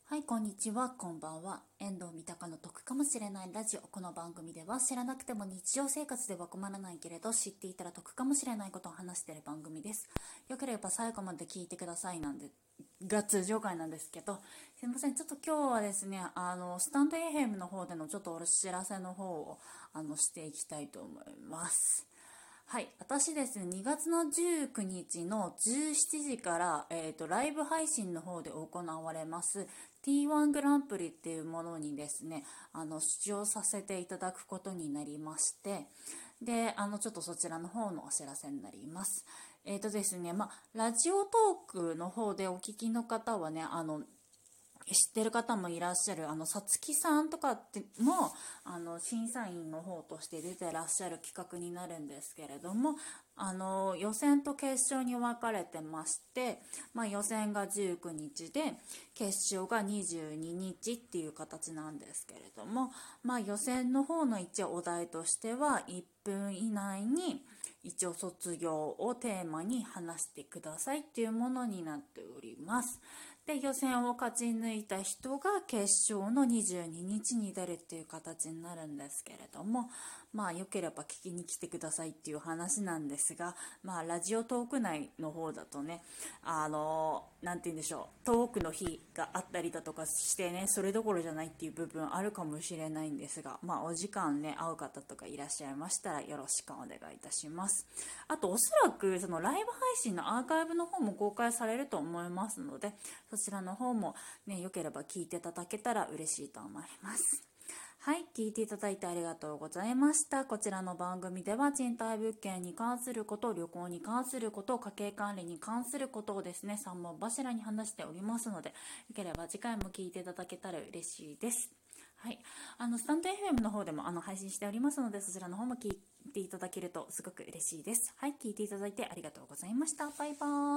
はい、こんにちは、こんばんは。遠藤三鷹の得かもしれないラジオ。この番組では知らなくても日常生活では困らないけれど知っていたら得かもしれないことを話している番組です。よければ最後まで聞いてくださいなんで、が通常回なんですけど、すいません、ちょっと今日はですね、スタンド FM の方でのちょっとお知らせの方を、していきたいと思います。はい、私ですね、2月の19日の17時から、ライブ配信の方で行われます T1 グランプリっていうものにですね、出場させていただくことになりまして、で、ちょっとそちらの方のお知らせになります。ですね、ラジオトークの方でお聞きの方はね、知ってる方もいらっしゃるさつきさんとかっても審査員の方として出てらっしゃる企画になるんですけれども、予選と決勝に分かれてまして、予選が19日で決勝が22日っていう形なんですけれども、予選の方の一応お題としては1分以内に一応卒業をテーマに話してくださいっていうものになっております。で、予選を勝ち抜いた人が決勝の22日に出るっていう形になるんですけれども、よければ聞きに来てくださいっていう話なんですが、ラジオトーク内の方だとね、なんて言うんでしょう、トークの日があったりだとかしてね、それどころじゃないっていう部分あるかもしれないんですが、お時間ね、合う方とかいらっしゃいましたらよろしくお願いいたします。あと、おそらくそのライブ配信のアーカイブの方も公開されると思いますので、そちらの方もね、よければ聞いていただけたら嬉しいと思います。はい、聞いていただいてありがとうございました。こちらの番組では賃貸物件に関すること、旅行に関すること、家計管理に関することをですね、3本柱に話しておりますので、よければ次回も聞いていただけたら嬉しいです。はい、スタンド FM の方でも配信しておりますので、そちらの方も聞いていただけるとすごく嬉しいです。はい、聞いていただいてありがとうございました。バイバーイ。